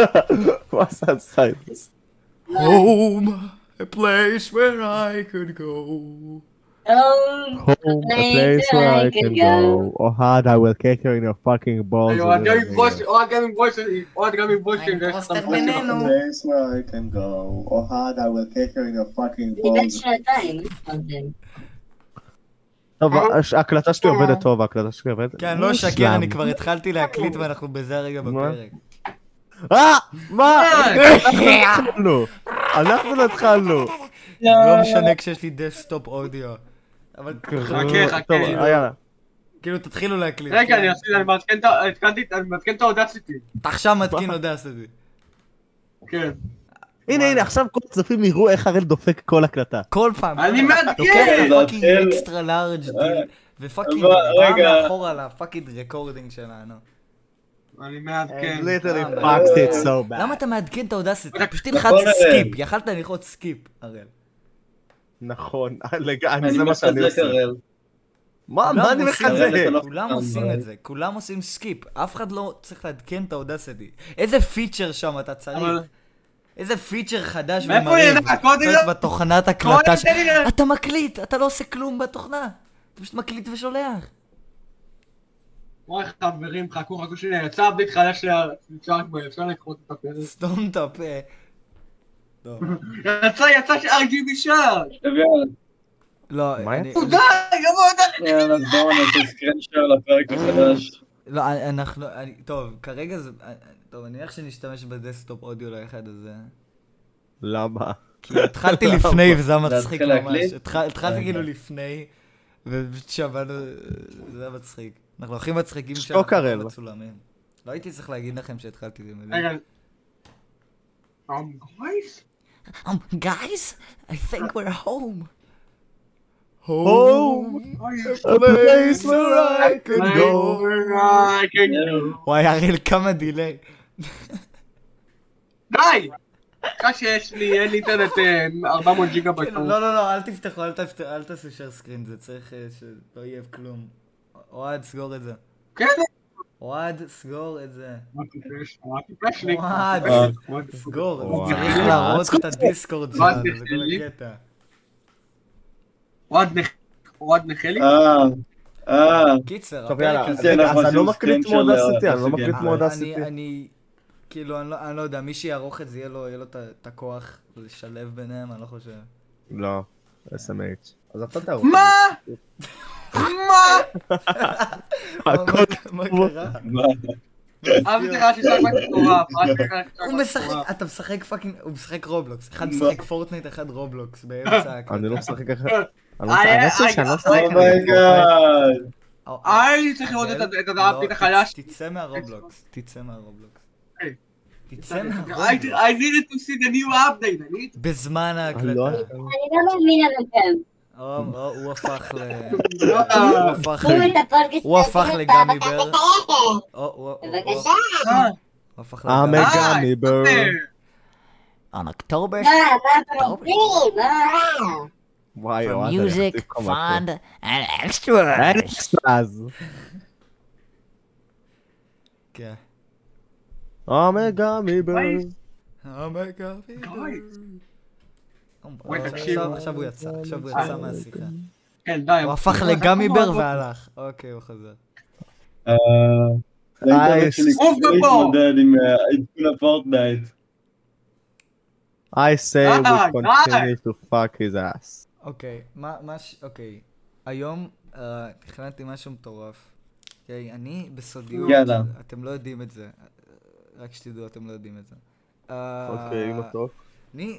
הוא עשה סיילס. Home, a place where I could go. Home, a place where I can go. אוהד, I will kick you in your fucking balls. אוהד גם עם בוש שלי. פוסטר בינינו. A place where I can go. אוהד, I will kick you in your fucking אני בן balls. שנתיים. טוב, ההקלטה שלי עובדת טוב, ההקלטה שלי עובדת. כן, לא שקר, אני כבר התחלתי להקליט ואנחנו בזה הרגע בפרק. מה? אנחנו לא התחלנו. לא משנה כשיש לי דסקטופ אודיו. אבל חכה. יאללה. כאילו תתחילו להקליט. רגע, אני מעדכן את האודסיטי. אתה עכשיו מתקין אודסיטי. כן. הנה, עכשיו כל הצופים יראו איך הראל דופק כל הקלטה. כל פעם. אני מעדכן! לוקח פאקינג אקסטרה לארג' דיל, ופאקינג בא מאחור על הפאקינג רקורדינג שלנו. אני מעדכן. literally fucked it so bad. למה אתה מעדכן את האודסיטי? פשוט תלחץ סקיפ, יכלת ללחוץ סקיפ, הראל. נכון, זה מה שאני עושה. מה אני מחזה? כולם עושים את זה, כולם עושים סקיפ, אף אחד לא צריך לעדכן את האודסיטי. איזה פיצ'ר שם אתה צריך? איזה פיצ'ר חדש ומרהיב בתוכנת הקלטה אתה מקליט, אתה לא עושה כלום בתוכנה, אתה פשוט מקליט ושולח. וואי חברים, חכו שנייה, יצא הבית חדש אפשר לקחות את הפרק. סתום את הפה. יצא RGB שער! לא, תודה, גם עוד יאללה, אז בואו נעשה סקרנשר לפרק החדש. לא, אנחנו, טוב, כרגע זה, טוב, אני איך שנשתמש בדסקטופ אודיו לאחד הזה. למה? כי התחלתי לפני וזה מצחיק ממש. התחלתי כאילו לפני, ושבנו, זה היה מצחיק. אנחנו הכי מצחיקים שאנחנו מצולמים. לא הייתי צריך להגיד לכם שהתחלתי, זה מבין. רגע. Guys, I think we're home. Home, a place where I can go. וואי, הראל, כמה דילי. די! שיש לי, אין לי אינטרנט 400 ג'יגה בטור. לא, אל תפתחו, אל תעשו שייר סקרין, זה צריך שלא יהיה כלום. אוהד, סגור את זה. כן. אוהד, סגור את זה. מה טיפש לי? אוהד, סגור, צריך להראות את הדיסקורד שלנו, זה כל הקטע. אוהד נחלי? קיצר, טוב יאללה, הפרק אז אני לא מקליט מאודסיטי, אני כאילו, אני לא יודע, מי שיערוך את זה, יהיה לו את הכוח לשלב ביניהם, אני לא חושב. לא, SMH. אז אתה תערוך. מה? מה קרה? אהבתי לך ששק מטורף. הוא משחק, אתה משחק פאקינג, הוא משחק רובלוקס. אחד משחק פורטנייט, אחד רובלוקס באמצע הקלטה. אני לא משחק אחר. אני לא משחק אומייגאד. צריך לראות את הדאפית החדש. תצא מהרובלוקס. I תצא מהרובלוקס. needed to see the new update. בזמן ההקלטה. אני לא מאמינה לכם. הוא הפך הוא הוא הפך לגמי בר. בבקשה. הוא הפך I'm a gummy bear. On October מה אתה מגזים? וואי, for music, fun, and extras. אקסטראז. כן. I'm a gummy bear. עכשיו הוא יצא מהשיחה. כן, די. הוא הפך לגמי בר והלך. אוקיי, הוא חזר. האינטרנט שלי להתמודד עם עדכון הפורטנייט. I say we continue to fuck his ass. אוקיי, אוקיי. היום תכננתי משהו מטורף. אוקיי, אני בסודיות, אתם לא יודעים את זה. רק שתדעו, אתם לא יודעים את זה. אוקיי, לא טוב. אני,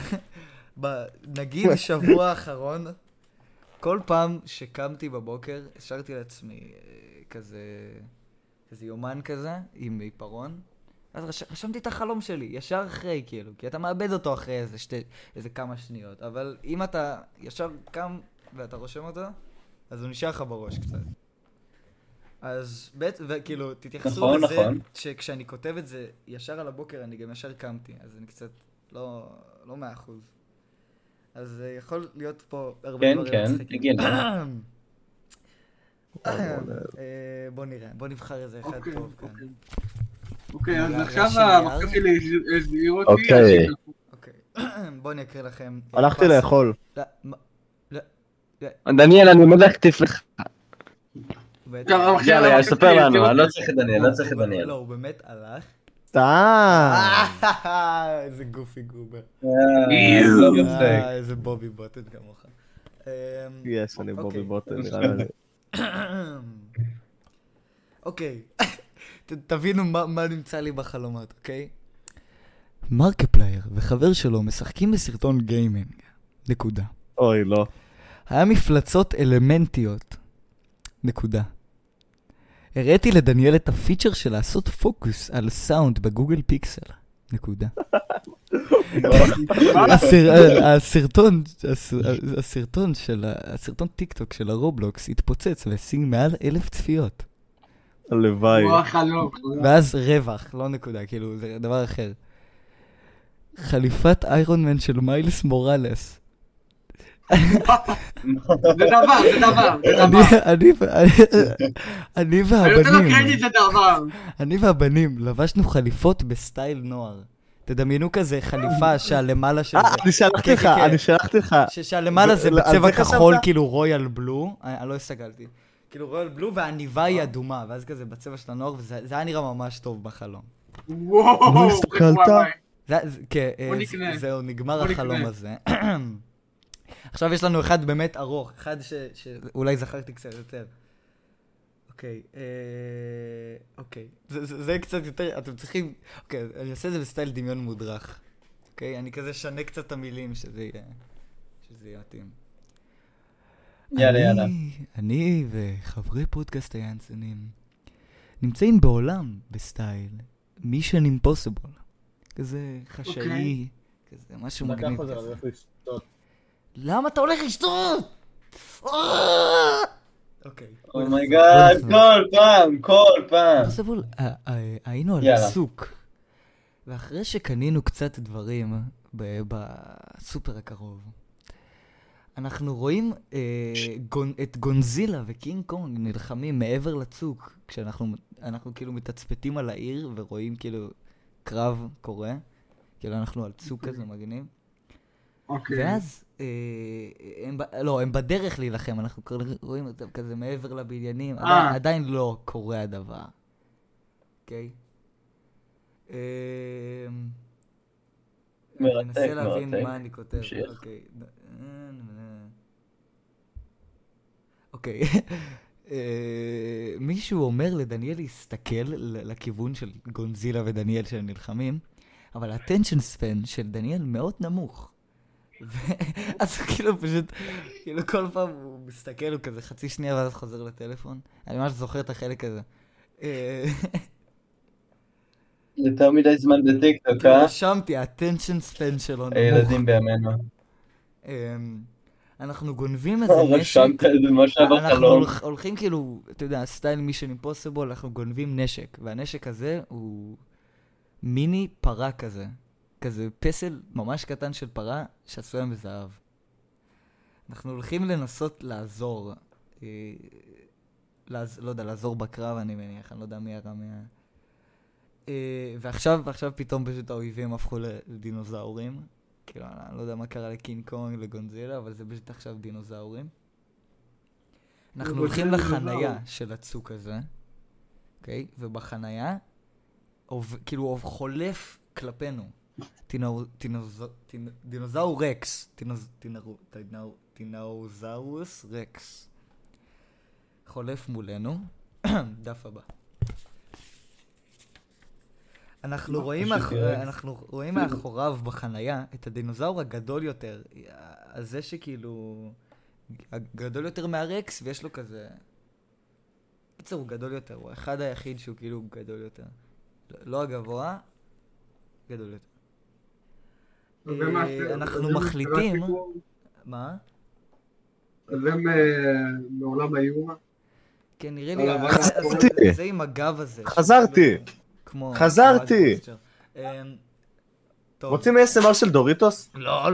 נגיד שבוע האחרון, כל פעם שקמתי בבוקר, השארתי לעצמי כזה יומן כזה, עם עיפרון, אז רשמתי את החלום שלי, ישר אחרי כאילו, כי אתה מאבד אותו אחרי איזה כמה שניות, אבל אם אתה ישר קם ואתה רושם אותו, אז הוא נשאר לך בראש קצת. אז וכאילו, תתייחסו לזה, שכשאני כותב את זה ישר על הבוקר, אני גם ישר קמתי, אז אני קצת לא 100%. אז יכול להיות פה הרבה דברים מצחיקים. בוא נראה, בוא נבחר איזה אחד טוב כאן. אוקיי, אז עכשיו המחשב שלי הזהיר אותי. אוקיי. אוקיי, בואו אני אקריא לכם. הלכתי לאכול. דניאל, אני עומד להחטיף לך. בטח. יאללה, ספר לנו, אני לא צריך את דניאל, לא צריך את דניאל. לא, הוא באמת הלך. סתם. איזה גופי גובר. לא מצחיק. איזה בובי בוטן כמוך. יש, אני בובי אוקיי. בוטן, נראה לי. אוקיי, תבינו מה נמצא לי בחלומות, אוקיי? מרקפלייר וחבר שלו משחקים בסרטון גיימינג. נקודה. אוי, לא. היה מפלצות אלמנטיות. נקודה. הראיתי לדניאל את הפיצ'ר של לעשות פוקוס על סאונד בגוגל פיקסל. נקודה. הסרטון טיק טוק של הרובלוקס התפוצץ והשיג מעל 1,000 צפיות. הלוואי. ואז רווח, לא נקודה, כאילו זה דבר אחר. חליפת איירון מן של מיילס מוראלס. זה דבר. אני והבנים לבשנו חליפות בסטייל נוער. תדמיינו כזה חליפה שהלמעלה של זה. אני שלחתי לך. שהלמעלה זה בצבע כחול, כאילו רויאל בלו. אני לא הסתגלתי. כאילו רויאל בלו והעניבה היא אדומה, ואז כזה בצבע של הנוער, וזה היה נראה ממש טוב בחלום. וואו, הסתכלת? כן, זהו, נגמר החלום הזה. עכשיו יש לנו אחד באמת ארוך, אחד שאולי זכרתי קצת יותר. אוקיי. זה קצת יותר, אתם צריכים, אוקיי, אני אעשה את זה בסטייל דמיון מודרך. אוקיי, אני כזה שנה קצת את המילים שזה יהיה מתאים. יאללה. אני וחברי פודקאסט היאנסונים נמצאים בעולם בסטייל מישן אימפוסיבול. כזה חשאי, כזה משהו מגניב כזה. למה אתה הולך לשתות? אוקיי. אומייגאד, כל פעם. אימפוסיבול, היינו על צוק. ואחרי שקנינו קצת דברים בסופר הקרוב, אנחנו רואים את גונזילה וקינג קונג נלחמים מעבר לצוק, כשאנחנו כאילו מתצפתים על העיר ורואים כאילו קרב קורה, כאילו אנחנו על צוק כזה מגניב. ואז, הם בדרך להילחם, אנחנו רואים אותם כזה מעבר לבניינים, עדיין לא קורה הדבר. אוקיי? אני מנסה להבין מה אני כותב. אוקיי. מישהו אומר לדניאל להסתכל לכיוון של גונזילה ודניאל שנלחמים, אבל ה-attention span של דניאל מאוד נמוך. אז כאילו פשוט, כאילו כל פעם הוא מסתכל, הוא כזה חצי שנייה ואז חוזר לטלפון. אני ממש זוכר את החלק הזה. יותר מדי זמן בטיקטוק, רשמתי, ה-attention span שלו נמוך. הילדים בימינו. אנחנו גונבים איזה נשק. רשמת את זה, מה שהיה בחלום. אנחנו הולכים כאילו, אתה יודע, סטייל מישן אימפוסיבול, אנחנו גונבים נשק. והנשק הזה הוא מיני פרה כזה. כזה פסל ממש קטן של פרה שעשויה מזהב. אנחנו הולכים לנסות לעזור. לא יודע, לעזור בקרב, אני מניח, אני לא יודע מי הרע. ועכשיו פתאום פשוט האויבים הפכו לדינוזאורים. כאילו, אני לא יודע מה קרה לקינג קונג, לגונזילה, אבל זה פשוט עכשיו דינוזאורים. אנחנו הולכים לחנייה של הצוק הזה, אוקיי? ובחנייה, כאילו, חולף כלפינו. דינוזאור רקס. דינוזאורוס רקס. חולף מולנו. דף הבא. אנחנו רואים מאחוריו בחנייה את הדינוזאור הגדול יותר. הזה שכאילו... הגדול יותר מהרקס, ויש לו כזה... בצר הוא גדול יותר. הוא אחד היחיד שהוא כאילו גדול יותר. לא הגבוה, גדול יותר. אנחנו מחליטים... מה? אז הם מעולם האיום? כן, נראה לי... זה עם הגב הזה. חזרתי! רוצים ASMR של דוריטוס? לא.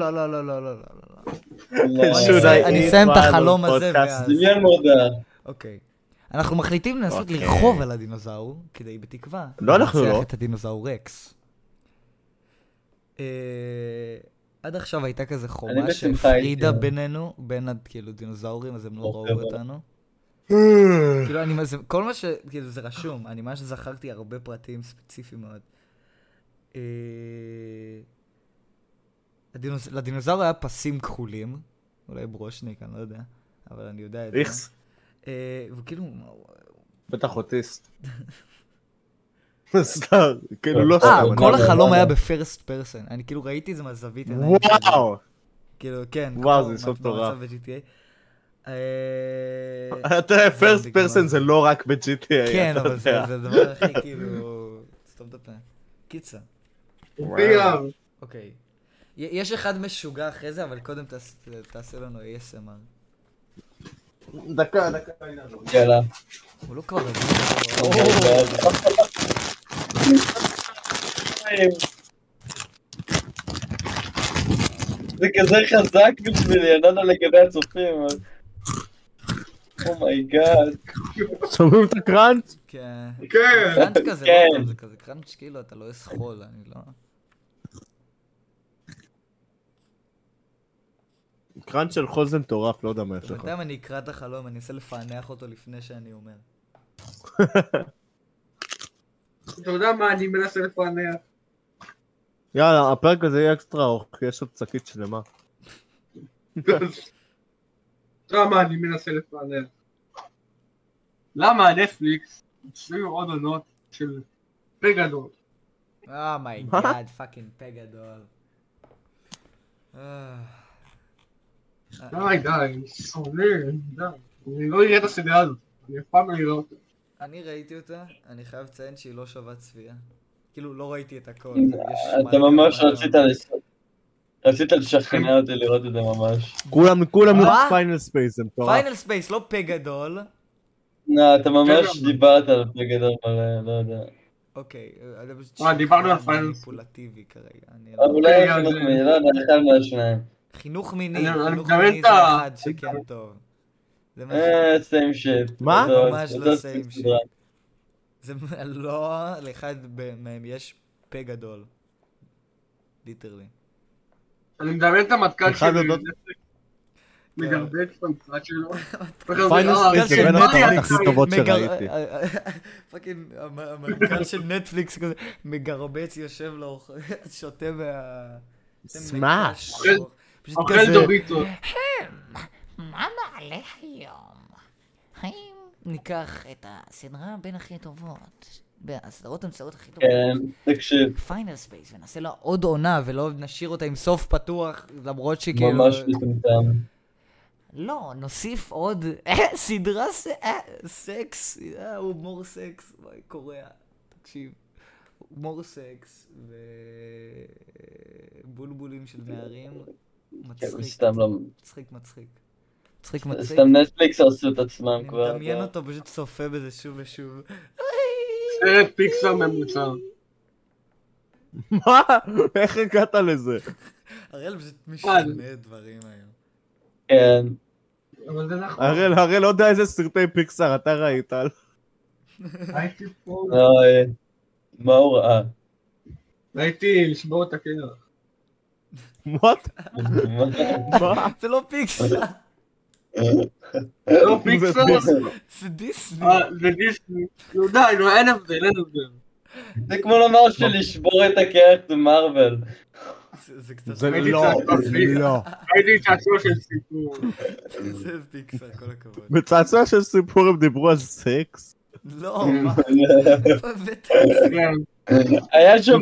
אני אסיים את החלום הזה ואז... דמיין מודה. אוקיי. אנחנו מחליטים לנסות לרחוב על הדינוזאור, כדי בתקווה. לא, אנחנו לא. את הדינוזאור רקס. עד עכשיו הייתה כזה חומה שהפרידה בינינו, בין כאילו דינוזאורים, אז הם לא ראו אותנו. כאילו, כל מה ש... כאילו, זה רשום. אני ממש זכרתי הרבה פרטים ספציפיים מאוד. לדינוזאור היה פסים כחולים. אולי ברושניק, אני לא יודע. אבל אני יודע את זה. איכס. וכאילו... בטח אוטיסט. סתם, כאילו לא סתם. כל החלום היה בפרסט פרסן. אני כאילו ראיתי את זה מהזווית. וואו! כאילו, כן. וואו, זה סוף תורה. תראה, פרסט פרסן זה לא רק ב-GTA. כן, אבל זה הדבר הכי כאילו... סתום את הפה. קיצה. אוקיי. יש אחד משוגע אחרי זה, אבל קודם תעשה לנו ASMR. דקה. יאללה. הוא לא כבר רגיל. זה כזה חזק בשבילי, אני לא יודע לגבי הצופים. אומייגאד. שומעים את הקראנץ'? כן. כן. קראנץ' כזה לא טוב, זה כזה קראנץ' כאילו אתה לא אסחול, אני לא... קראנץ' של חול זה מטורף, לא יודע מה יש לך. בינתיים אני אקרא את החלום, אני אנסה לפענח אותו לפני שאני אומר. אתה יודע מה אני מנסה לפענח? יאללה, הפרק הזה יהיה אקסטרה ארוך, כי יש עוד שקית שלמה. אתה יודע מה אני מנסה לפענח? למה נטפליקס הוציאו עוד עונות של פה גדול? אומייגאד, פאקינג פה גדול. די, שונא, די. אני לא אראה את הסדרה הזאת, אני אף פעם לא אראה אותה. אני ראיתי אותה, אני חייב לציין שהיא לא שווה צפייה. כאילו, לא ראיתי את הכל. אתה ממש רצית לשכנע אותי לראות את זה ממש. כולם פיינל ספייס, זה מטורף. פיינל ספייס, לא פה גדול. אתה ממש דיברת על פה גדול מלא, לא יודע. אוקיי, דיברנו על פיינל מניפולטיבי כרגע. אבל אולי חינוך מיני, לא יודע, אחד מהשניים. חינוך מיני, אני חינוך מדמיין מיני את זה ה- אחד שכן טוב. זה סיים שיט. מה? ממש לא same shit. זה לא, לאחד מהם יש פה גדול. ליטרלי. אני מדמיין את המטכ"ל אחד שלי, עוד- מגרבץ במשרד שלו. פיינל ספייס זה בין הסדרות הכי טובות שראיתי. פאקינג, המנכ"ל של נטפליקס כזה, מגרבץ, יושב לו, שותה סמאש. פשוט אוכל כזה, דוריטו. מה נעלה היום? האם ניקח את הסדרה בין הכי טובות, הסדרות המצאות הכי טובות, כן, תקשיב. פיינל ספייס, ונעשה לה עוד עונה, ולא נשאיר אותה עם סוף פתוח, למרות שכאילו... ממש מטומטם. לא, נוסיף עוד סדרה סקס, הומור סקס, וואי, קוריאה, תקשיב. הומור סקס ובולבולים של נערים, מצחיק. סתם לא... מצחיק. מצחיק. סתם נטפליקס הרסו את עצמם כבר. אני מדמיין אותו פשוט צופה בזה שוב ושוב. סרט פיקסר ממוצע. מה? איך הגעת לזה? הראל פשוט משנה דברים היום. כן. אבל זה נכון. הראל לא יודע איזה סרטי פיקסר אתה ראית. הייתי פה. מה הוא ראה? הייתי לשבור את הקרח. וואט? מה? זה לא פיקסר, לא פיקסר? זה דיסני. זה דיסני. נו די, נו אין הבדל. זה כמו לומר שלשבור את הקרח זה מרוול. זה קצת... זה לא. הייתי צעצוע של סיפור. זה פיקסר, כל הכבוד. בצעצוע של סיפור הם דיברו על סקס? לא, מה? בטח. היה שם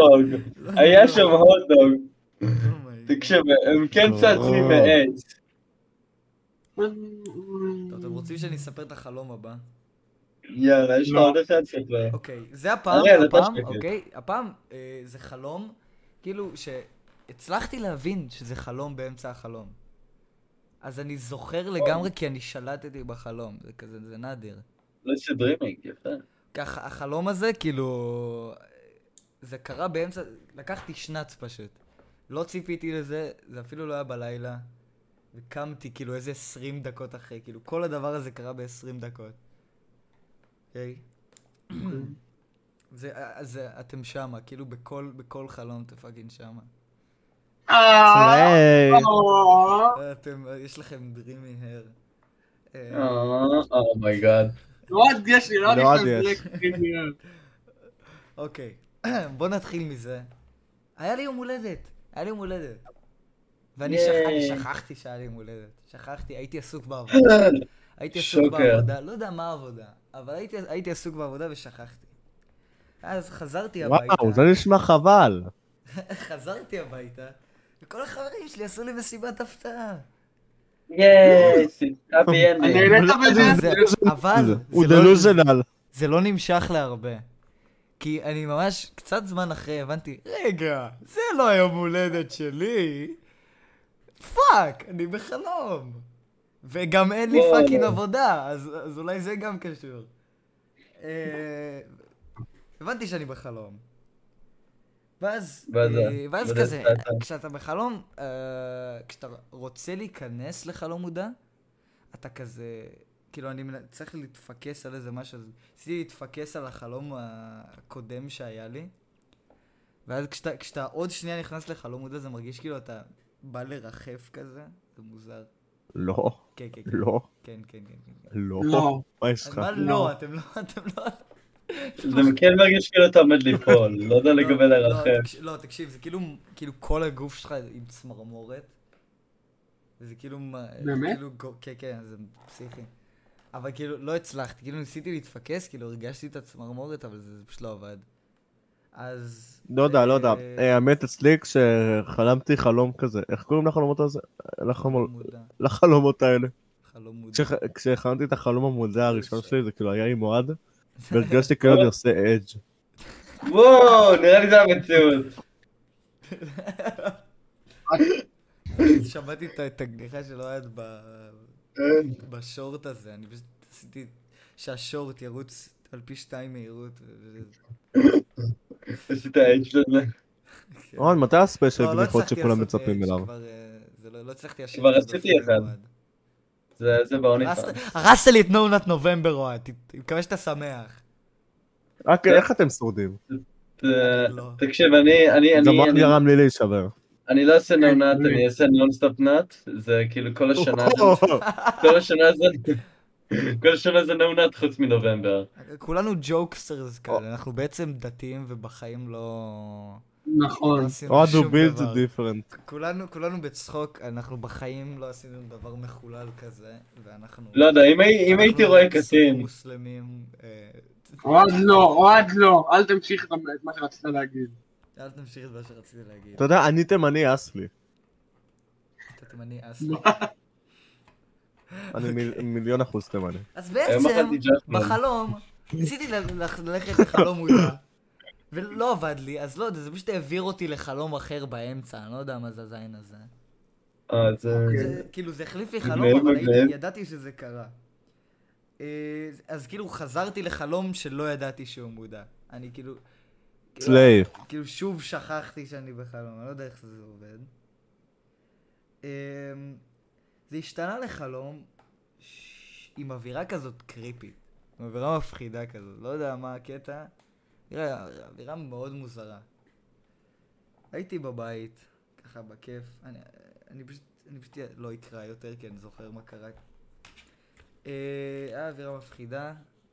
הוטדוג. תקשיב, הם כן צעצועים מעץ. טוב, אתם רוצים שאני אספר את החלום הבא? יאללה, יש לך עוד אחד ספר. אוקיי, זה הפעם, אוקיי? הפעם זה חלום, כאילו שהצלחתי להבין שזה חלום באמצע החלום. אז אני זוכר לגמרי כי אני שלטתי בחלום, זה כזה, זה נדיר. לא סדרימינג, יפה. ככה, החלום הזה, כאילו, זה קרה באמצע, לקחתי שנץ פשוט. לא ציפיתי לזה, זה אפילו לא היה בלילה. וקמתי כאילו איזה 20 דקות אחרי, כאילו כל הדבר הזה קרה ב-20 דקות. אוקיי? אז אתם שמה, כאילו בכל חלום אתם פאקינג שמה. צלעי. יש לכם dreamy hair. אומייגאד. לא עוד יש לי, לא עוד יש לי. אוקיי, בוא נתחיל מזה. היה לי יום הולדת. ואני שכחתי שהיה לי יום הולדת. שכחתי, הייתי עסוק בעבודה. לא יודע מה העבודה, אבל הייתי עסוק בעבודה ושכחתי. אז חזרתי הביתה. וואו, זה נשמע חבל. חזרתי הביתה, וכל החברים שלי עשו לי מסיבת הפתעה. יס, happy ending. נהנית בזה? אבל הוא דלוז'נל. זה לא נמשך להרבה. כי אני ממש קצת זמן אחרי הבנתי, רגע, זה לא היום הולדת שלי. פאק, אני בחלום. וגם אין לי פאקינג עבודה, אז אולי זה גם קשור. הבנתי שאני בחלום. ואז כזה, כשאתה בחלום, כשאתה רוצה להיכנס לחלום מודע, אתה כזה, כאילו אני צריך להתפקס על איזה משהו, ניסיתי להתפקס על החלום הקודם שהיה לי, ואז כשאתה עוד שנייה נכנס לחלום מודע, זה מרגיש כאילו אתה בא לרחף כזה, זה מוזר. לא. כן. לא. כן. לא. מה יש לך? מה לא? אתם לא... זה כן מרגיש כאילו אתה עומד ליפול, לא יודע לגבי לרחם. לא, תקשיב, זה כאילו כל הגוף שלך עם צמרמורת. וזה כאילו... באמת? כן, זה פסיכי. אבל כאילו לא הצלחתי, כאילו ניסיתי להתפקס, כאילו הרגשתי את הצמרמורת, אבל זה פשוט לא עבד. אז... לא יודע. האמת אצלי כשחלמתי חלום כזה, איך קוראים לחלומות הזה? לחלומות האלה. חלום מודע. כשהכנתי את החלום המודע הראשון שלי, זה כאילו היה עם מועד, והרגשתי כאילו אני עושה אדג'. וואו, נראה לי זה המציאות. שמעתי את הגניחה של אוהד בשורט הזה, אני פשוט עשיתי שהשורט ירוץ על פי 2 מהירות. עשית האדג' לזה. אוהד, מתי הספיישל בדיחות שכולם מצפים אליו? לא הצלחתי לשיר. כבר עשיתי אחד. זה באוניפאנס. הרסת לי את נו נת נובמבר, אוהד, מקווה שאתה שמח. איך אתם שורדים? תקשיב, אני... זה מאוד גרם לי להישבר. אני לא אעשה נו נאט, אני אעשה נונסטופ נאט, זה כאילו כל השנה זה נו נאט חוץ מנובמבר. כולנו ג'וקסטרס כאלה, אנחנו בעצם דתיים ובחיים לא... נכון. עוד הוא בילד דיפרנט. כולנו בצחוק, אנחנו בחיים לא עשינו דבר מחולל כזה, ואנחנו... לא יודע, אם הייתי רואה קטין... מוסלמים... אוהד לא, אל תמשיך את מה שרצית להגיד. אל תמשיך את מה שרציתי להגיד. אתה יודע, אני תימני אסלי. אתה תימני אסלי. אני 1,000,000% תימני. אז בעצם, בחלום, ניסיתי ללכת לחלום מודע, ולא עבד לי, אז לא יודע, זה פשוט העביר אותי לחלום אחר באמצע, אני לא יודע מה זה הזין הזה. כאילו זה החליף לי חלום, אבל ידעתי שזה קרה. אז כאילו חזרתי לחלום שלא ידעתי שהוא מודע. אני כאילו... צלעי. כאילו שוב שכחתי שאני בחלום, אני לא יודע איך זה עובד. זה השתנה לחלום עם אווירה כזאת קריפית, עם אווירה מפחידה כזאת, לא יודע מה הקטע, אווירה מאוד מוזרה. הייתי בבית, ככה בכיף, אני פשוט לא אקרא יותר כי אני זוכר מה קרה. היה אווירה מפחידה,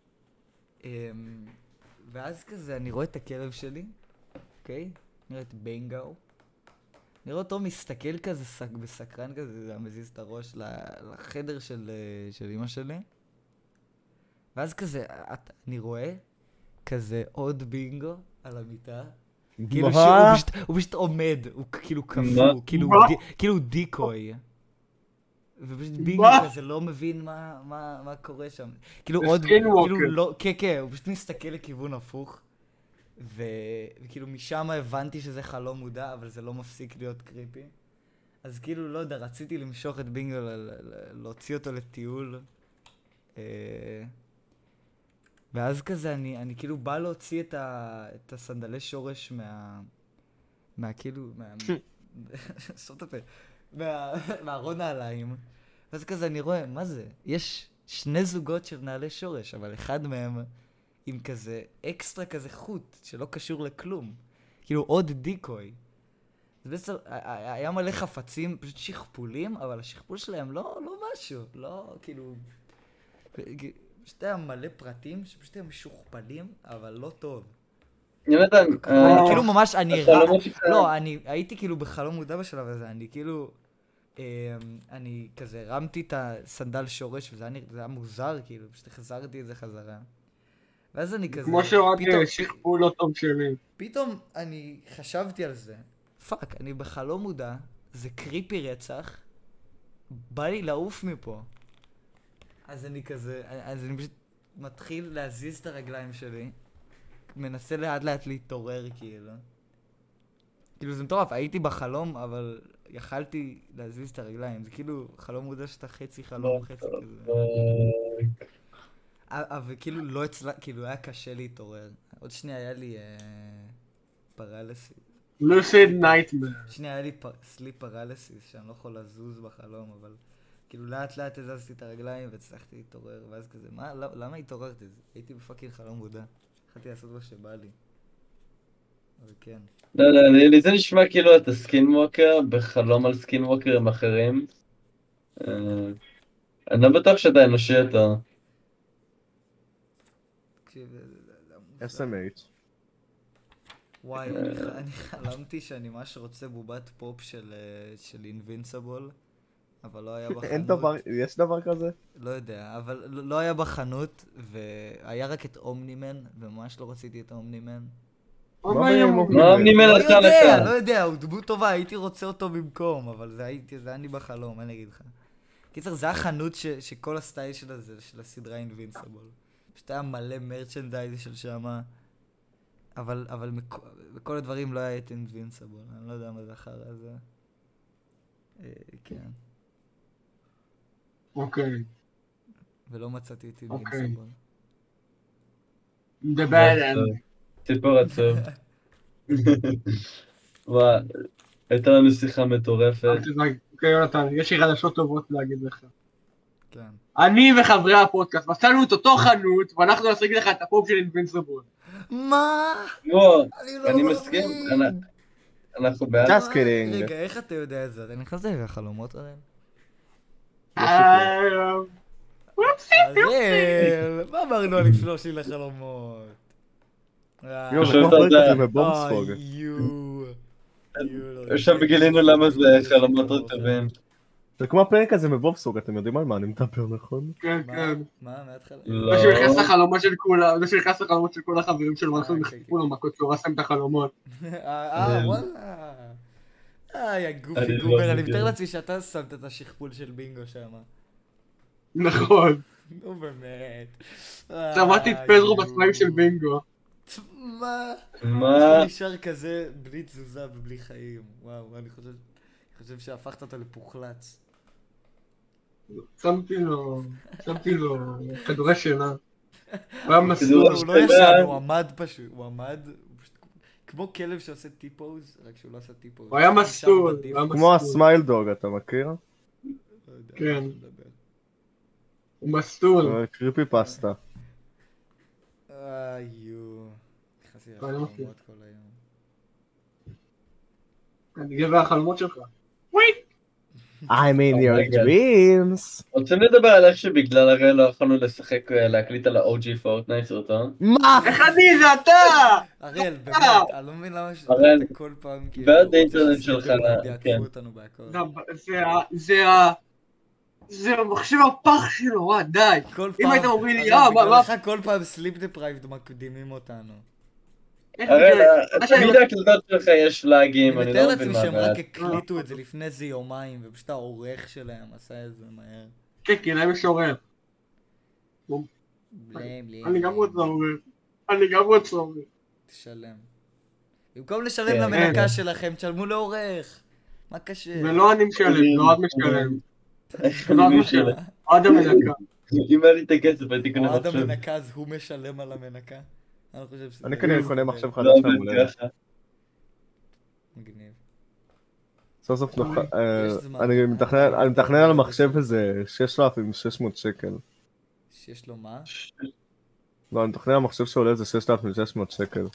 ואז כזה אני רואה את הכלב שלי, אוקיי? נראה את בנגאו. אני רואה אותו מסתכל כזה בסקרן כזה, זה מזיז את הראש לחדר של אמא שלי. ואז כזה, אני רואה כזה עוד בינגו על המיטה. כאילו שהוא פשוט עומד, הוא כאילו קפוא, כאילו דיקוי. ופשוט בינגו כזה לא מבין מה קורה שם. כאילו עוד, כאילו לא, כן, הוא פשוט מסתכל לכיוון הפוך. וכאילו משם הבנתי שזה חלום מודע, אבל זה לא מפסיק להיות קריפי. אז כאילו, לא יודע, רציתי למשוך את בינגו, להוציא אותו לטיול. ואז כזה אני כאילו בא להוציא את הסנדלי שורש כאילו, סוף את הפה, מהארון נעליים. ואז כזה אני רואה, מה זה? יש 2 זוגות של נעלי שורש, אבל אחד מהם עם כזה אקסטרה כזה חוט שלא קשור לכלום. כאילו עוד דיקוי. זה בעצם, היה מלא חפצים, פשוט שכפולים, אבל השכפול שלהם לא משהו, לא כאילו... פשוט היה מלא פרטים שפשוט היו משוכפלים, אבל לא טוב. יונתן, אני כאילו ממש, החלומות שלך- לא, אני הייתי כאילו בחלום מודע בשלב הזה, אני כאילו... אני כזה הרמתי את הסנדל שורש, וזה היה מוזר, כאילו, פשוט החזרתי את זה חזרה. ואז אני כזה... כמו שרק פתאום- שכפול לא טוב שלי. פתאום אני חשבתי על זה. פאק, אני בחלום מודע, זה קריפי רצח, בא לי לעוף מפה. אז אני פשוט מתחיל להזיז את הרגליים שלי, מנסה לאט לאט להתעורר כאילו. כאילו זה מטורף, הייתי בחלום, אבל יכלתי להזיז את הרגליים. זה כאילו חלום מודע שאתה חצי חלום, חצי כזה. אבל כאילו לא כאילו היה קשה להתעורר. עוד שנייה היה לי פרליסיס. לוסיד נייטמר. שנייה היה לי סליפ פרליסיס, שאני לא יכול לזוז בחלום, אבל כאילו לאט לאט הזזתי את הרגליים והצלחתי להתעורר, ואז כזה, מה, למה התעוררתי? הייתי בפאקינג חלום מודע. יכלתי לעשות מה שבא לי. אבל כן. לא, לי זה נשמע כאילו אתה סקינווקר בחלום על סקינווקרים אחרים. אני לא בטוח שאתה אנושי יותר. תקשיב, זה מוזר. SMH. וואי, אני חלמתי שאני ממש רוצה בובת פופ של אינבינסיבול, אבל לא היה בחנות. אין דבר, יש דבר כזה? לא יודע, אבל לא היה בחנות, והיה רק את אומנימן, וממש לא רציתי את אומנימן. מה מה היה עם מוביל? מה אומנימן עשה לך? לא יודע, הוא דמות טובה, הייתי רוצה אותו במקום, אבל זה היה לי בחלום, אני אגיד לך. קיצר, זה החנות שכל הסטייל שלה זה של הסדרה אינבינסיבול. פשוט היה מלא מרצ'נדייז של שמה, אבל בכל הדברים לא היה את אינבינסיבול, אני לא יודע מה זה אחר הזה. כן. אוקיי. ולא מצאתי את אוקיי. אינבינסיבול. The bad end. סיפור עצוב. וואי, הייתה לנו שיחה מטורפת. אל תדאג. אוקיי, יונתן, יש לי חדשות טובות להגיד לך. כן. אני וחברי הפודקאסט מצאנו את אותו חנות, ואנחנו נשיג לך את הפופ של אינבינסיבול. מה? לא, לא אני מסכים. מאמין. אנחנו בעד. Just kidding. רגע, איך אתה יודע את זה? אתה נכנס לי לחלומות הרי? אריאל, מה אמרנו על לפלוש לי לחלומות? יואו, פשוט כמו אתה פרק יודע. כזה בבומספוג. עכשיו גילינו למה זה חלומות רטובים. זה כמו הפרק הזה מבובסוג, אתם יודעים על מה אני מדבר, נכון? כן, כן. מה, מההתחלה? לא. זה שהוא נכנס לחלומות של כולם, זה שהוא נכנס לחלומות של כל החברים שלו, ועשו כן, וחטפו לו מכות שהוא רסם את החלומות. וואלה. יא גופי אני לא גובר, אני מבין. מתאר לעצמי שאתה שמת את השכפול של בינגו שם. נכון. נו באמת. שמעתי את פדרו בצבעים של בינגו. מה? מה? הוא נשאר כזה בלי תזוזה ובלי חיים. וואו, אני חושב שהפכת אותו לפוחלץ. שמתי לו כדורי שינה. הוא היה מסור. הוא לא ישן, הוא עמד פשוט, הוא פשוט כמו כלב שעושה טיפוז, רק שהוא לא עושה טיפוז. הוא היה מסטול. כמו הסמייל דוג, אתה מכיר? כן. הוא מסטול. קריפי פסטה. יו. נכנסתי אני לא מכיר. לחלומות כל היום. אני גבר החלומות שלך. וויק! I'm in Oh your my God. dreams. רוצים לדבר על איך שבגלל הרי לא יכולנו לשחק, להקליט על ה-OG פורטנייט סרטון? מה? איך אני זה אתה! אריאל, באמת, אני לא מבין למה אריאל, אתה כל פעם כאילו... ועד רוצה האינטרנט שסרטון שלך, יעקפו כן. אותנו בהכל. זה המחשב הפח שלו, וואי, די. כל אם פעם, הייתם אומרים לי, אריאל, מה, בגללך כל פעם סליפ דפרייבד מקדימים אותנו. איך הרי בגלל- תמיד ההקלטות שלך יש לאגים, אני אני מתאר לא מבין לעצמי מה שהם הבעיה. רק הקליטו את זה לפני איזה יומיים, ופשוט העורך שלהם עשה את זה מהר. כן, כי להם יש עורר. בלם, אני גם רוצה עורר. תשלם. במקום לשלם כן. למנקה שלכם, תשלמו לעורך. מה קשה? ולא אני משלם, לא את משלם. איך לא את אני משלם. משלם? עוד המנקה. אם היה לי את הכסף הייתי קונה אוהד מחשב. המנקה, אז הוא משלם על המנקה? אני לא חושב שזה... אני כנראה קונה מחשב חדש לא עובד מהמולדת. ככה. מגניב. סוף סוף נוכל... יש זמן. אני מתכנן על המחשב איזה 6,600 שקל. שיש לו מה? לא, אני מתכנן המחשב שעולה איזה 6,600 שקל.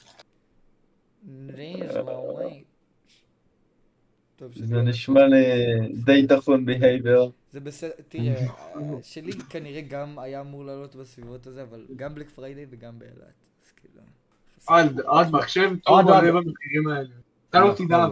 טוב, זה נשמע לי די תחון בהייבר. זה בסדר, תראה, שלי כנראה גם היה אמור לעלות בסביבות הזה, אבל גם בלק פריידיי וגם באילת. אז כאילו... עד מחשב טוב עולה במחירים האלה. אתה לא תדע.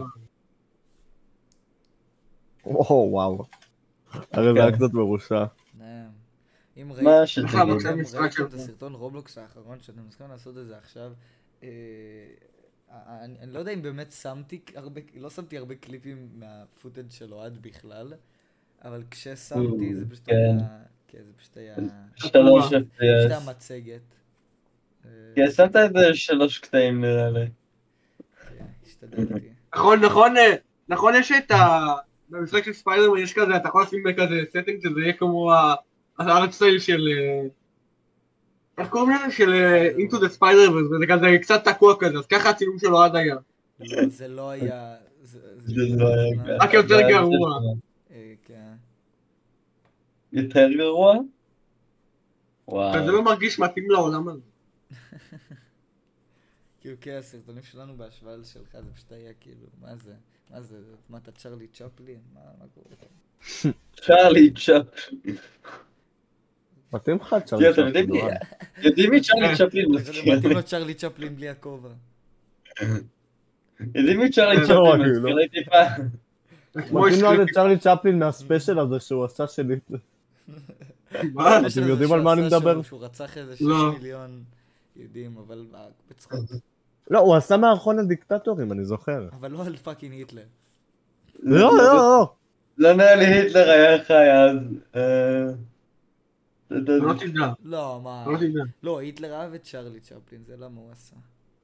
וואו. הרי זה היה קצת מרושע. אם מה שתגיד. ראיתם את הסרטון רובלוקס האחרון שאתם מסכימים לעשות את זה עכשיו, אני לא יודע אם באמת לא שמתי הרבה קליפים מהפוטאג' של אוהד בכלל, אבל כששמתי זה פשוט היה... כן, זה פשוט היה... 3 פשוט היה FPS. מצגת. כן, שמת את זה 3 קטעים נראה לי. כן, השתדלתי. נכון, יש את במשחק של ספיידרמן יש כזה, אתה יכול לשים כזה סטינג שזה יהיה כמו הארט סטייל של... איך קוראים לזה? של Into the Spider-Verse, וזה כזה קצת תקוע כזה, אז ככה הצילום שלו עד היה. לא, זה לא היה... זה לא היה... רק יותר גרוע. כן. יותר גרוע? וואו. זה לא מרגיש מתאים לעולם הזה. כאילו כן, הסרטונים שלנו בהשוואה שלך זה פשוט היה כאילו, מה זה? מה זה? מה אתה צ'רלי צ'פלין? מה קורה כאן? צ'רלי צ'פלין. מתאים לך צ'רלי צ'פלין. יודעים מי צ'רלי צ'פלין מזכיר? מתאים לו צ'רלי צ'פלין בלי הכובע. יודעים מי צ'רלי צ'פלין מזכיר לי טיפה? מתאים לו צ'רלי צ'פלין מהספיישל הזה שהוא עשה של היטלר. מה? אתם יודעים על מה אני מדבר? שהוא רצח איזה 6 מיליון יהודים, אבל בצחוק. לא, הוא עשה מערכון על דיקטטורים, אני זוכר. אבל לא על פאקינג היטלר. לא. לא נראה לי היטלר היה חי אז. לא תדע. לא, מה? לא תדע. לא, היטלר אהב את צ'רלי צ'פלין, זה למה הוא עשה.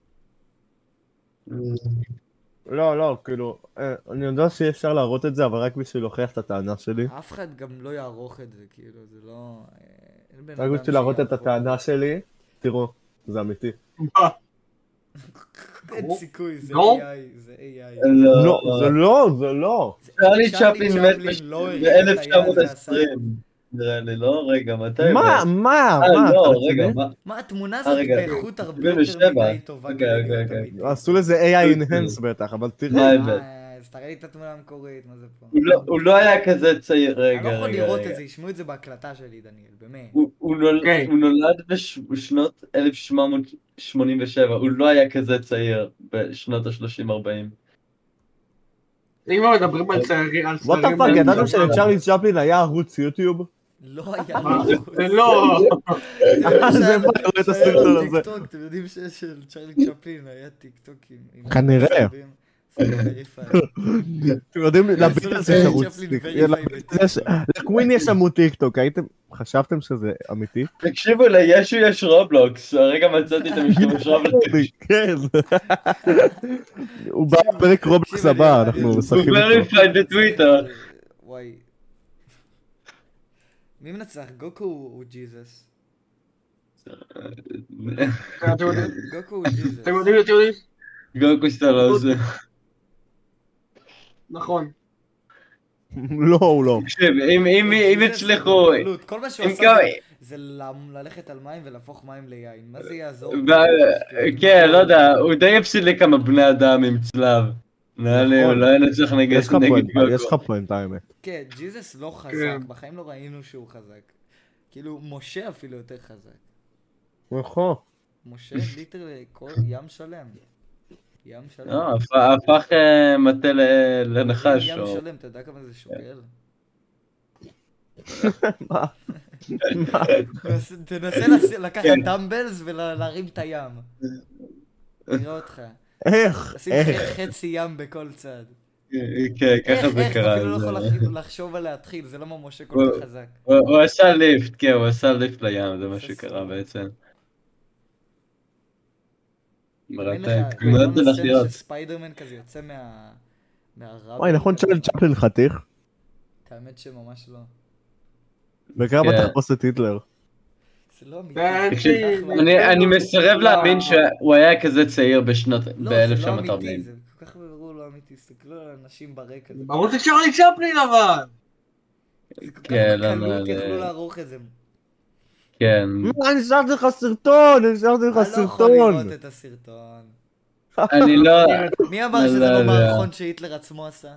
לא, כאילו, אני יודע שאי אפשר להראות את זה, אבל רק בשביל להוכיח את הטענה שלי. אף אחד גם לא יערוך את זה, כאילו, זה לא... רק בשביל להראות את הטענה שלי, תראו, זה אמיתי. מה? אין סיכוי, זה לא? AI, זה AI. לא, זה לא. צ'רלי צ'פלין מת לא הרים את היד ועשה- ב-1920. נראה לי, לא? רגע, מתי? מה? לא, רגע, מה? מה, התמונה הזאת רגע, באיכות הרבה יותר 77. מדי טובה אוקיי, כדי אוקיי, להיות אוקיי. אמיתית. עשו לזה AI enhance בטח, אבל תראה. מה ההבדל? אז תראה לי את התמונה המקורית, מה זה פה? הוא לא היה כזה צעיר, אני רגע, לא יכול רגע, לראות רגע. את זה, ישמעו את זה בהקלטה שלי, דניאל, באמת. הוא נולד בשנות 1787, הוא לא היה כזה צעיר בשנות ה-30-40. אם מדברים על צערים... וואט הפאק, ידעתם שלצ'רלי צ'פלין היה ערוץ יוטיוב? לא היה זה לא... זה מה קורה את הסרטון הזה? אתם יודעים של צ'רלי צ'פלין היה טיק טוק עם... כנראה. אתם יודעים, לביטלס יש ערוץ לקווין יש עמוד טיק טוק, חשבתם שזה אמיתי? תקשיבו, לישו יש רובלוקס, הרגע מצאתי את המשתמש רובלוקס. כן. הוא בא בפרק רובלוקס הבא, אנחנו משחקים הוא וריפייד בטוויטר. וואי. מי מנצח? גוקו הוא ג'יזוס? גוקו הוא ג'יזוס. אתם יודעים? גוקו שאתה לא זה. נכון. לא, הוא לא. תקשיב, אם הצליחו... כל מה שהוא עשה זה ללכת על מים ולהפוך מים ליין. מה זה יעזור? כן, לא יודע, הוא די הפסיד לי כמה בני אדם עם צלב. נראה לי, הוא לא ינצח נגד גוקו. יש לך פוינט, האמת. כן, ג'יזוס לא חזק, בחיים לא ראינו שהוא חזק. כאילו, משה אפילו יותר חזק. נכון. משה ליטרלי כל ים שלם. ים שלם. הפך מטה לנחש. ים שלם, אתה יודע כמה זה שוקל? מה? תנסה לקחת דמבלס ולהרים את הים. נראה אותך. איך? לשים חצי ים בכל צד. כן, ככה זה איך? קרה. אפילו לא יכול לחשוב על להתחיל, זה לא מה משה כל כך חזק. הוא עשה ליפט, כן, הוא עשה ליפט לים, זה מה שקרה בעצם. מרתק, תמונות תנכיות. שספיידרמן כזה יוצא מהרב. וואי, נכון צ'רלי צ'פלין חתיך? האמת שממש לא. בעיקר בתחפושת היטלר. זה לא אמיתי. אני מסרב להאמין שהוא היה כזה צעיר ב-1940. לא, זה לא אמיתי, זה כל כך ברור לא אמיתי, תסתכלו על אנשים ברקע. ברור זה צ'רלי צ'פלין אבל! זה כל כך בקלות יכלו לערוך את זה. כן. מה, אני השארתי לך סרטון, אני לא יכול לראות את הסרטון. אני לא... מי אמר שזה לא מערכון שהיטלר עצמו עשה?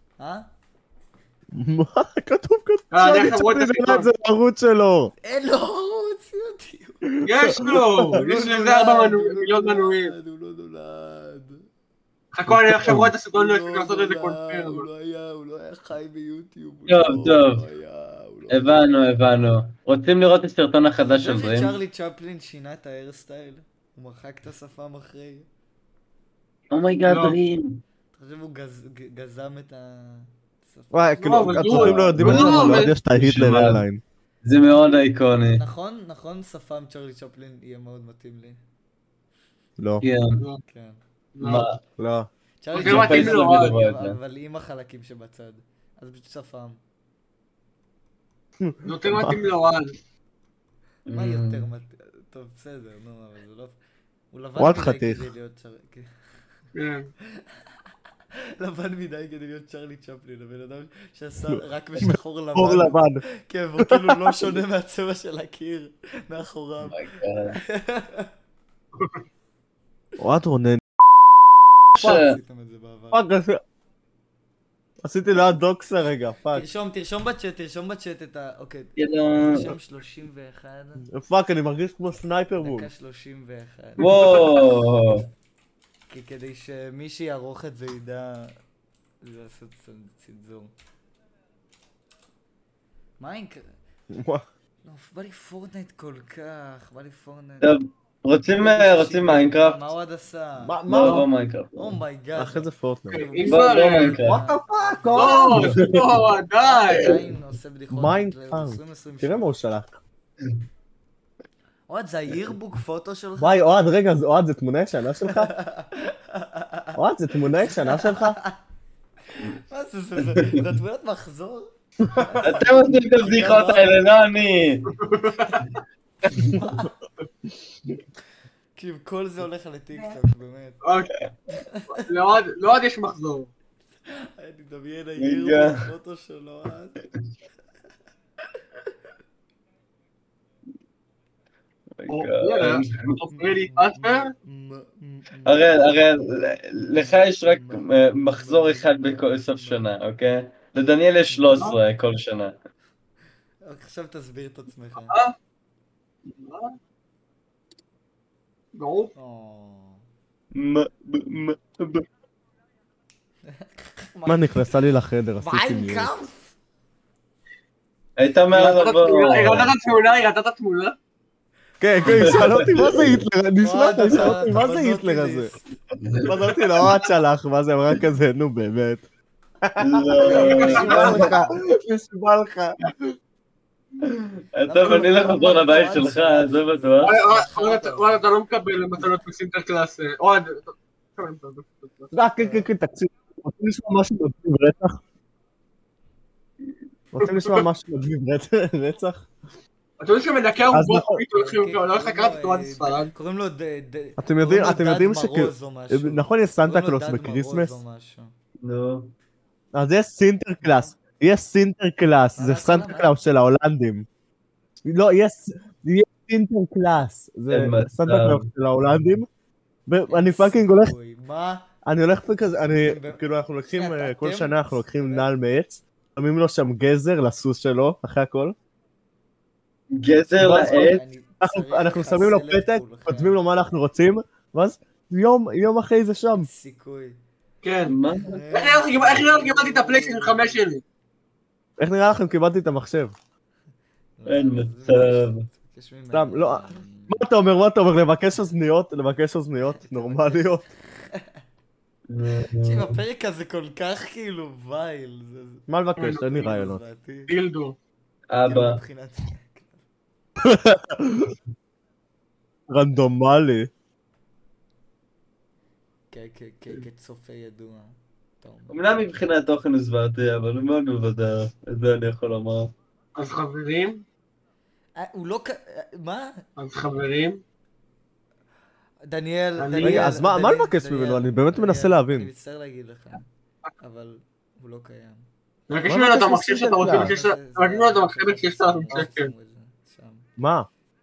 מה? כתוב אני צ'רלי חברות את צ'פלין העלה את זה לערוץ שלו. אין לו ערוץ, יוטיוב. יש לו! יש לזה 4 מיליון מנויים. הוא לא נולד. חכו, אני עכשיו רואה את הסרטון, לא הספיק לעשות איזה קונפרם. הוא לא היה חי ביוטיוב. טוב. הבנו. רוצים לראות את הסרטון החדש של דרים? צ'רלי צ'פלין שינה את ההיירסטייל. הוא מחק את השפם אחרי. אומייגאד לא. דרים. אתה חושב הוא גזם את השפם? וואי, כאילו, אבל הצופים לא יודעים את זה, לא, אבל אבל- יש את ההיטלר איירליין. זה מאוד איקוני. נכון שפם צ'רלי צ'פלין יהיה מאוד מתאים לי. לא, כן. כן. מה? לא. צ'רלי זה מתאים צ'פלין לו, אבל עם החלקים שבצד. אז פשוט שפם. זה יותר מתאים לאוהד. מה יותר מתאים? טוב, בסדר, נו, אבל זה לא... הוא לבן וואט מדי חתיך. כדי להיות צ'רלי... כן. לבן מדי כדי להיות צ'רלי צ'פלין, הבן אדם שעשה רק בשחור לבן. אור לבן. כן, והוא כאילו לא שונה מהצבע של הקיר מאחוריו. אוהד רונן. עשיתם את זה בעבר. פאק, עשיתי ליד דוקסה רגע, פאק. תרשום בצ'אט את ה... אוקיי. יאללה. תרשום 31. פאק, אני מרגיש כמו סנייפר בול. דקה 31. וואו. כי כדי שמי שיערוך את זה ידע לעשות צנזור. מיינקראפט. וואו. לא, בא לי פורטנייט כל כך, בא לי פורטנייט. טוב, רוצים מיינקראפט? מה הוא עוד עשה? לא מיינקראפט. אומייגאד. אחרי זה פורטנייט. אם לא כבר... מיינקראפט. פאק, לא, די! עדיין עושה בדיחות. מיינקראפט. 2022. תראה מה הוא שלח. אוהד, זה היירבוק פוטו שלך? וואי, אוהד, רגע, אוהד, זה תמונה ישנה שלך? אוהד, זה תמונה ישנה שלך? מה זה תמונת מחזור? אתם עושים את הבדיחות האלה, לא אני. כאילו, כל זה הולך לטיקטוק, באמת. אוקיי. לעוד יש מחזור. אני מדמיין היירבוק פוטו של אוהד. יאללה, תפרידי טרנספר? הרי לך יש רק מחזור אחד בכל סוף שנה, אוקיי? לדניאל יש 13 כל שנה. עכשיו תסביר את עצמך. נו. מה, נכנסה לי לחדר, עשיתי מיוט. מיינקראפט? היית אומר לבוא. היא ראתה את התמונה? כן, היא שאלה אותי מה זה היטלר, נשמע, היא שאלה אותי מה זה היטלר הזה. ואז אמרתי לה, אוהד שלח, ואז היא אמרה כזה, נו באמת. נשמע לך. טוב, אני אלך לחזור לבית שלך, זה בטוח. אוהד, אתה לא מקבל מתנות בסינטר קלאס. אוהד, כן, תקשיב. רוצים לשמוע משהו מגניב רצח? רוצים לשמוע משהו מגניב רצח? אתה יודע שמנקה עוגות פתאום הולך לקראת את תנועת ספרד? קוראים לו אתם יודעים נכון יש סנטה קלוס בקריסמס? נו. אז יש סינטר קלאס. יש סינטר קלאס, זה סנטה קלאוס של ההולנדים. לא, יש סינטר קלאס, זה סנטה קלאוס של ההולנדים. ואני פאקינג הולך, אני הולך וכזה, כאילו אנחנו לוקחים, כל שנה אנחנו לוקחים נעל מעץ, שמים לו שם גזר לסוס שלו, אחרי הכל. גזר לעץ? אנחנו שמים לו פתק, כותבים לו מה אנחנו רוצים, ואז יום אחרי זה שם. סיכוי. כן. מה? איך נראה לך קיבלתי את הפלייסטיישן 5 שלי? איך נראה לכם קיבלתי את המחשב? אין מצב. סתם, לא, מה אתה אומר, לבקש אוזניות נורמליות? תקשיב, הפרק הזה כל כך כאילו וייל. מה לבקש? אין לי רעיונות. דילדו. אבא. רנדומלי. כצופה ידוע. אמנם מבחינת תוכן הזוועתי, אבל הוא מאוד מבדר, את זה אני יכול לומר. אז חברים? הוא לא... מה? אז חברים? דניאל... רגע, אז מה לבקש ממנו? אני באמת מנסה להבין. אני מצטער להגיד לך, אבל הוא לא קיים. מבקש ממנו את המחשב שאתה רוצה, מבקש ממנו את המחשב שיש לך שקל. מה?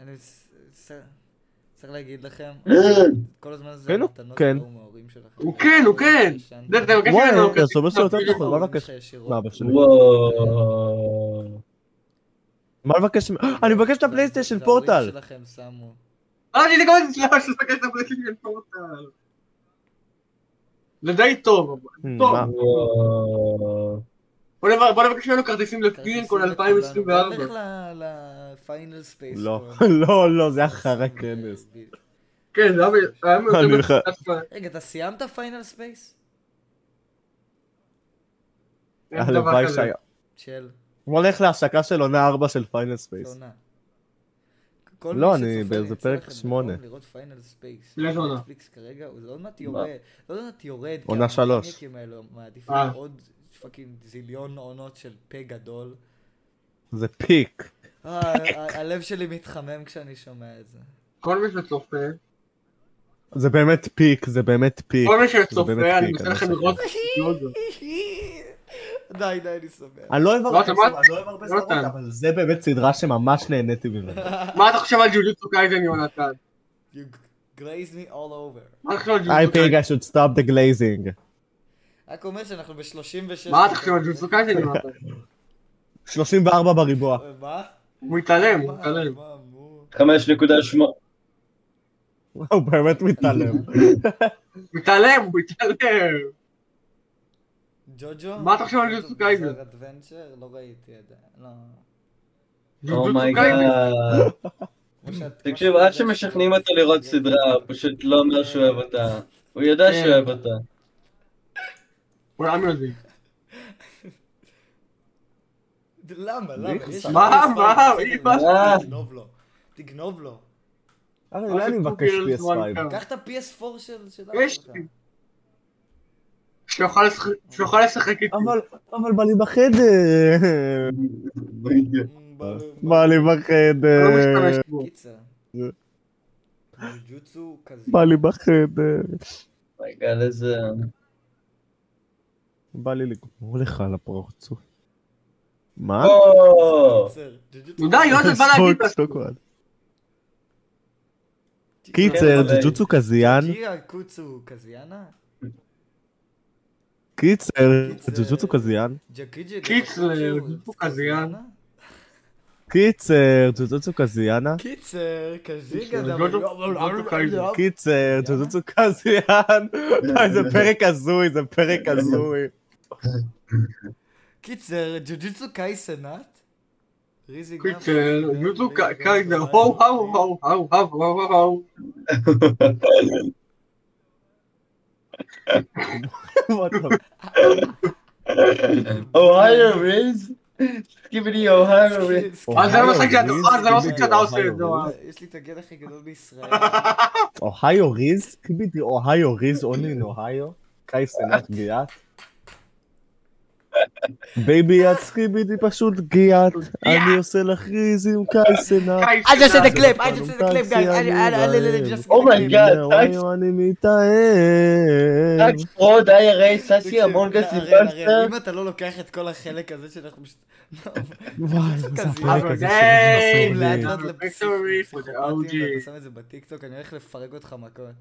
אני צריך להגיד לכם, כל הזמן זה כן, מתנות כן. שבאו מההורים שלכם. הוא כן, הוא כן. זה מבקש וואי, ממנו אתה סובר שיותר כרטיס נכון, מה לבקש? ישירות. מה, אבא שלי? וואו. מה לבקש? אני מבקש את הפלייסטיישן פורטל. ההורים שלכם שמו. אני גם סלאמה שסתכל את הפלייסטיישן פורטל. זה די טוב, אבל טוב. מה? וואו. בוא נבקש ממנו כרטיסים לפינקון 2024. לך לפיינל ספייס. לא, זה אחר הכנס. כן, זה היה אני יותר רגע, אתה סיימת פיינל ספייס? הלוואי שהיה. של הוא הולך להשקה של עונה 4 של פיינל ספייס. עונה. לא, אני באיזה פרק 8. לראות פיינל ספייס. לאיזה עונה? נטפליקס כרגע, הוא עוד מעט יורד. לא עוד מעט יורד. עונה 3. המניאקים האלו מעדיפים עוד פאקינג זיליון עונות של פה גדול. זה פיק. הלב שלי מתחמם כשאני שומע את זה. כל מי שצופה, זה באמת פיק, זה באמת פיק. כל מי זה שצופה, באמת אני פיק, מנסה אני לכם לא לראות די, אני שמח. אני לא אוהב הרבה לא סדרות, אבל זה באמת סדרה שממש נהניתי ממנה. מה אתה חושב על ג'וג'וטסו קייזן, יונתן? You glazed me all over. מה אתה חושב על I ג'וג'וטסו think קייזן? I should stop the glazing. רק אומר שאנחנו ב-36... מה אתה חושב על ג'וג'וטסו קייזן, יונתן? 34 בריבוע. מה? הוא מתעלם, הוא מתעלם. 5.8. הוא באמת מתעלם. מתעלם, הוא מתעלם. ג'וג'ו? מה אתה חושב על ג'וג'וטסו קייזן? אדוונצ'ר? לא ראיתי עדיין. לא. ג'וג'וטסו אומייגאד. קייזן. תקשיב, עד שמשכנעים אותו לראות סדרה, הוא פשוט לא אומר שהוא אוהב אותה. הוא יודע שהוא אוהב אותה. כולם יודעים. למה? יש מה? PS5, מה? בסדר, תגנוב לו. תגנוב לו. אולי אני מבקש PS5. קח את ה-PS4 של אבא יש שלך. לי. שיוכל לשחק איתי. אבל בא לי בחדר. בא לי בחדר. לא משתמש בו. קיצר. ג'וג'וטסו כזה. בא לי בחדר. אומייגאד, איזה... בא לי לגמור לך על הפרצוף. מה? קיצר, ג'וג'וטסו נו די, יונתן בא להגיד שתוק עוד. קיצר, ג'וג'וטסו קזיאן. ג'ירה קוצו קזיאנה? קיצר, ג'וג'וטסו קזיאן. קיצר, ג'וג'וטסו קזיאן. קיצר, ג'וג'וטסו קזיאנה. קיצר, קזיגה ג'וג'וטסו קייזן. קיצר, ג'וג'וטסו קזיאן. זה פרק הזוי, זה פרק הזוי. קיצר, ג'וג'וטסו קייסנאט? קיצר, ג'וג'וטסו קייזן. הו הו הו הו הו הו. אוהיו ריז? גיבילי אוהיו ריז. אז זה לא משחק שאתה עושה את זה. יש לי את הגן הכי גדול בישראל. אוהיו ריז? כבידי אוהיו ריז אוני אין אוהיו? קייסנאט גיאת? בייבי את כבידי פשוט גיאת. אני עושה לך ריז עם קייסנאט. I just said the clip, I just said the clip guys. אומייגאד, וואי אני מתאהב. טאקס פרו, דייר רייס, סאסי, אמונגס, אימפלסטר. אם אתה לא לוקח את כל החלק הזה שאנחנו וואי, זה הפרק הזה היי, שמתנוסים לאט לי. לאט victory for the OG. אתה שם את זה בטיקטוק, אני הולך לפרק אותך מכות.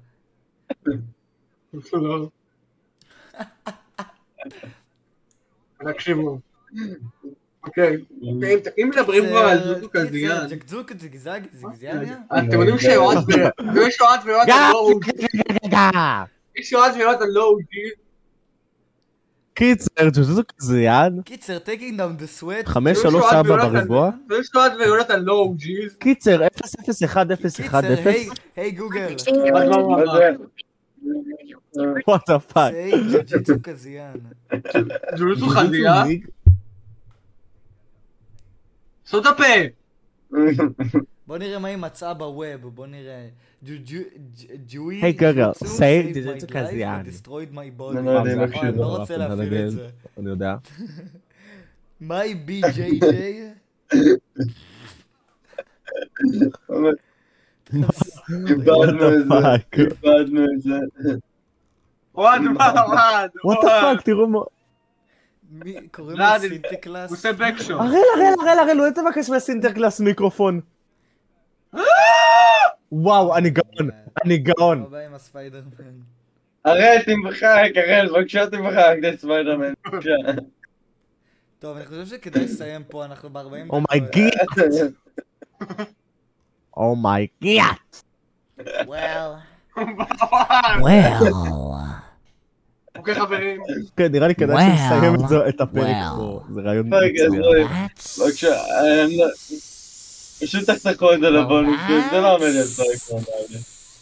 תקשיבו. אוקיי, אם מדברים כבר על ג'וג'וטסו קזיאן, ג'גזוק זגזיאניה? אתם יודעים שאוהד ויונתן לא OG? שאוהד ויונתן לא OG? קיצר, ג'וג'וטסו קזיאן. קיצר, taking down the sweat. 534 בריבוע. שאוהד ויונתן לא OGs? קיצר, 0011010. היי גוגל. וואט דה פאק. say ג'וג'וטסו קזיאן. ג'וג'וטסו קזיאן? סוד הפה! בוא נראה מה היא מצאה בווב, בוא נראה. ג'וי Hey Google, say saved ג'וג'וטסו my life קזיאן. and destroyed my body. אני לא יודע אם אני מקשיב. לא רוצה להפעיל את זה. אני יודע. My BJJ? איבדנו את זה, איבדנו את זה. אוהד, מה? וואט דה פאק, תראו מה... מי קוראים לא, לו הוא סינטקלאס? עושה בקשון. הראל, אולי תבקש מהסינטרקלאס מיקרופון. וואו, אני גאון, אני גאון. הבא עם הספיידרמן. הראל, תמחק, הראל, בבקשה תמחק, זה ספיידרמן. בבקשה. טוב, אני חושב שכדאי לסיים פה, אנחנו ב-40 דקות. אומייגאד. אומייגאד. Well, אוקיי חברים. כן, נראה לי כדאי שנסיים את הפרק פה. זה רעיון מצוין. that's... בבקשה, פשוט תחתכו את זה לבונוס, זה לא עומד על פרק נורמלי.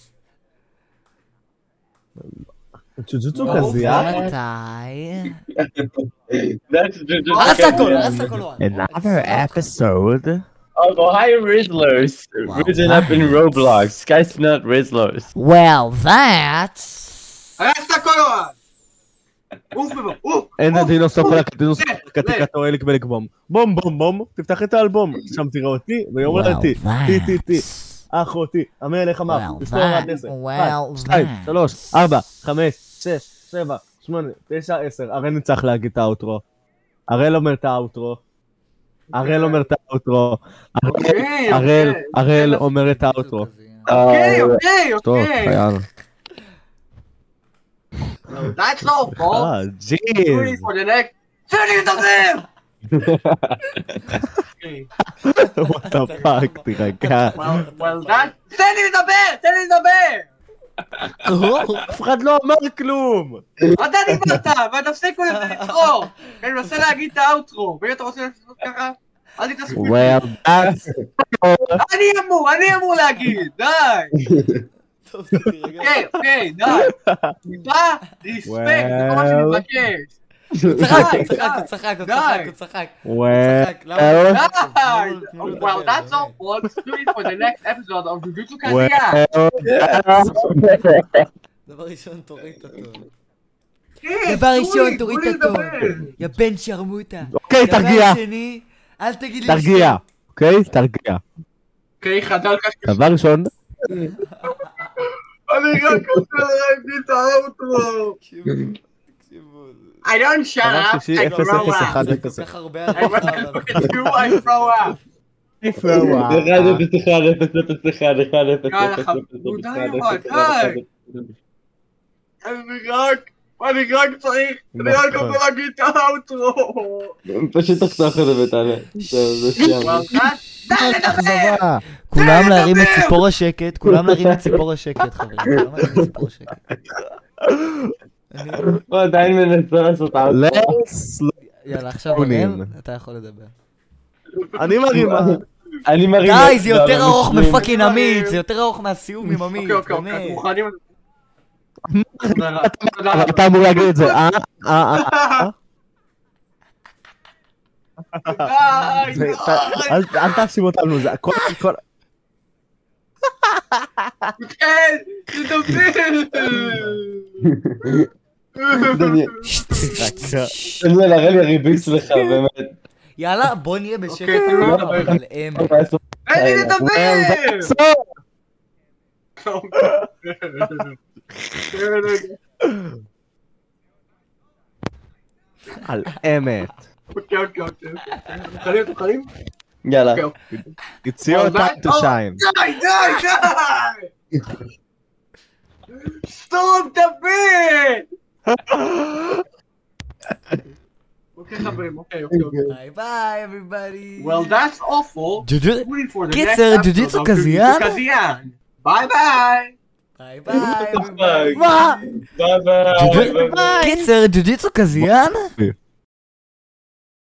ג'וג'וטסו קזיאן? מתי? That's Jujutsu הרס הכל, Kaisen. הרס הכל. Another episode? Oh, hi Rizzlers! Risen up in Roblox. Guys, not Rizzlers. Well, that's... הרסת הכל אוהד! אוף בבוא, אוף! אין דינוסופר קטיקתו אליק בלקבום. בום בום בום, תפתח את האלבום. שם תראה אותי ויום הולדתי. טי. אחותי, המלך אמר, תסתור עד 10. 1, 2, 3, 4, 5, 6, 7, 8, 9, 10. הראל נצטרך להגיד את האוטרו. הראל אומר את האוטרו. הראל אומר את האוטרו. הראל אומר את האוטרו. אוקיי. טוב, חייל. That's all folks. ג'יז. for the next... תני לדבר! what the fuck, תירגע. Well done. תן לי לדבר! אף אחד לא אמר כלום. אתה דיברת, ותפסיקו לצחוק. אני מנסה להגיד את האוטרו. ואם אתה רוצה לעשות ככה, אל תתעסקו. well, that's... אני אמור להגיד, די. טוב, תירגע. אוקיי, די. טיפה ריספקט, זה כל מה שאני מבקש. הוא צחק. well, Well, that's all, folks. Tune in for the next episode of Jujutsu Kaisen. דבר ראשון, תוריד את הטון. דבר ראשון, תוריד את הטון. יא בן שרמוטה. אוקיי, תרגיע. דבר שני, אל תגיד לי... תרגיע. אוקיי, תרגיע. אוקיי, חדל קשקש. דבר ראשון, אני רק רוצה להגיד את האוטרו. תקשיבו. I don't shut דבר up, שלישי, I grow 001. up. כל כך הרבה... And when I look at you, I grow up. יאללה, חמוד, די, אני רק צריך, אני רק רוצה להגיד את האוטרו. פשוט תחתוך את זה ותעלה. זה סיימנו. די לדבר! כולם להרים את ציפור השקט, כולם להרים את ציפור השקט, חברים. כולם להרים את ציפור השקט. הוא עדיין מנסה לעשות אאוטרו. יאללה, עכשיו אורן, אתה יכול לדבר. אני מרימה. אני מרים... די, זה יותר ארוך מפאקינג עמית, זה יותר ארוך מהסיום עם עמית. אוקיי, מוכנים? אתה אמור להגיד את זה, אל תאשים אותנו, זה הכל... כן, תדבר! דניאל, הרי לי הריביץ לך, באמת. יאללה, בוא נהיה בשקט, אבל הם... תן לי לדבר! על אמת. אוקיי. מוכנים? יאללה. It's your time to shine. די! סתום דבר! אוקיי חברים, אוקיי. ביי ביי, everybody. Well, that's awful. קיצר, ג'וג'יטסו קזיאן? ביי ביי! ביי ביי, everybody. ביי ביי. קיצר, ג'וג'יטסו קזיאן?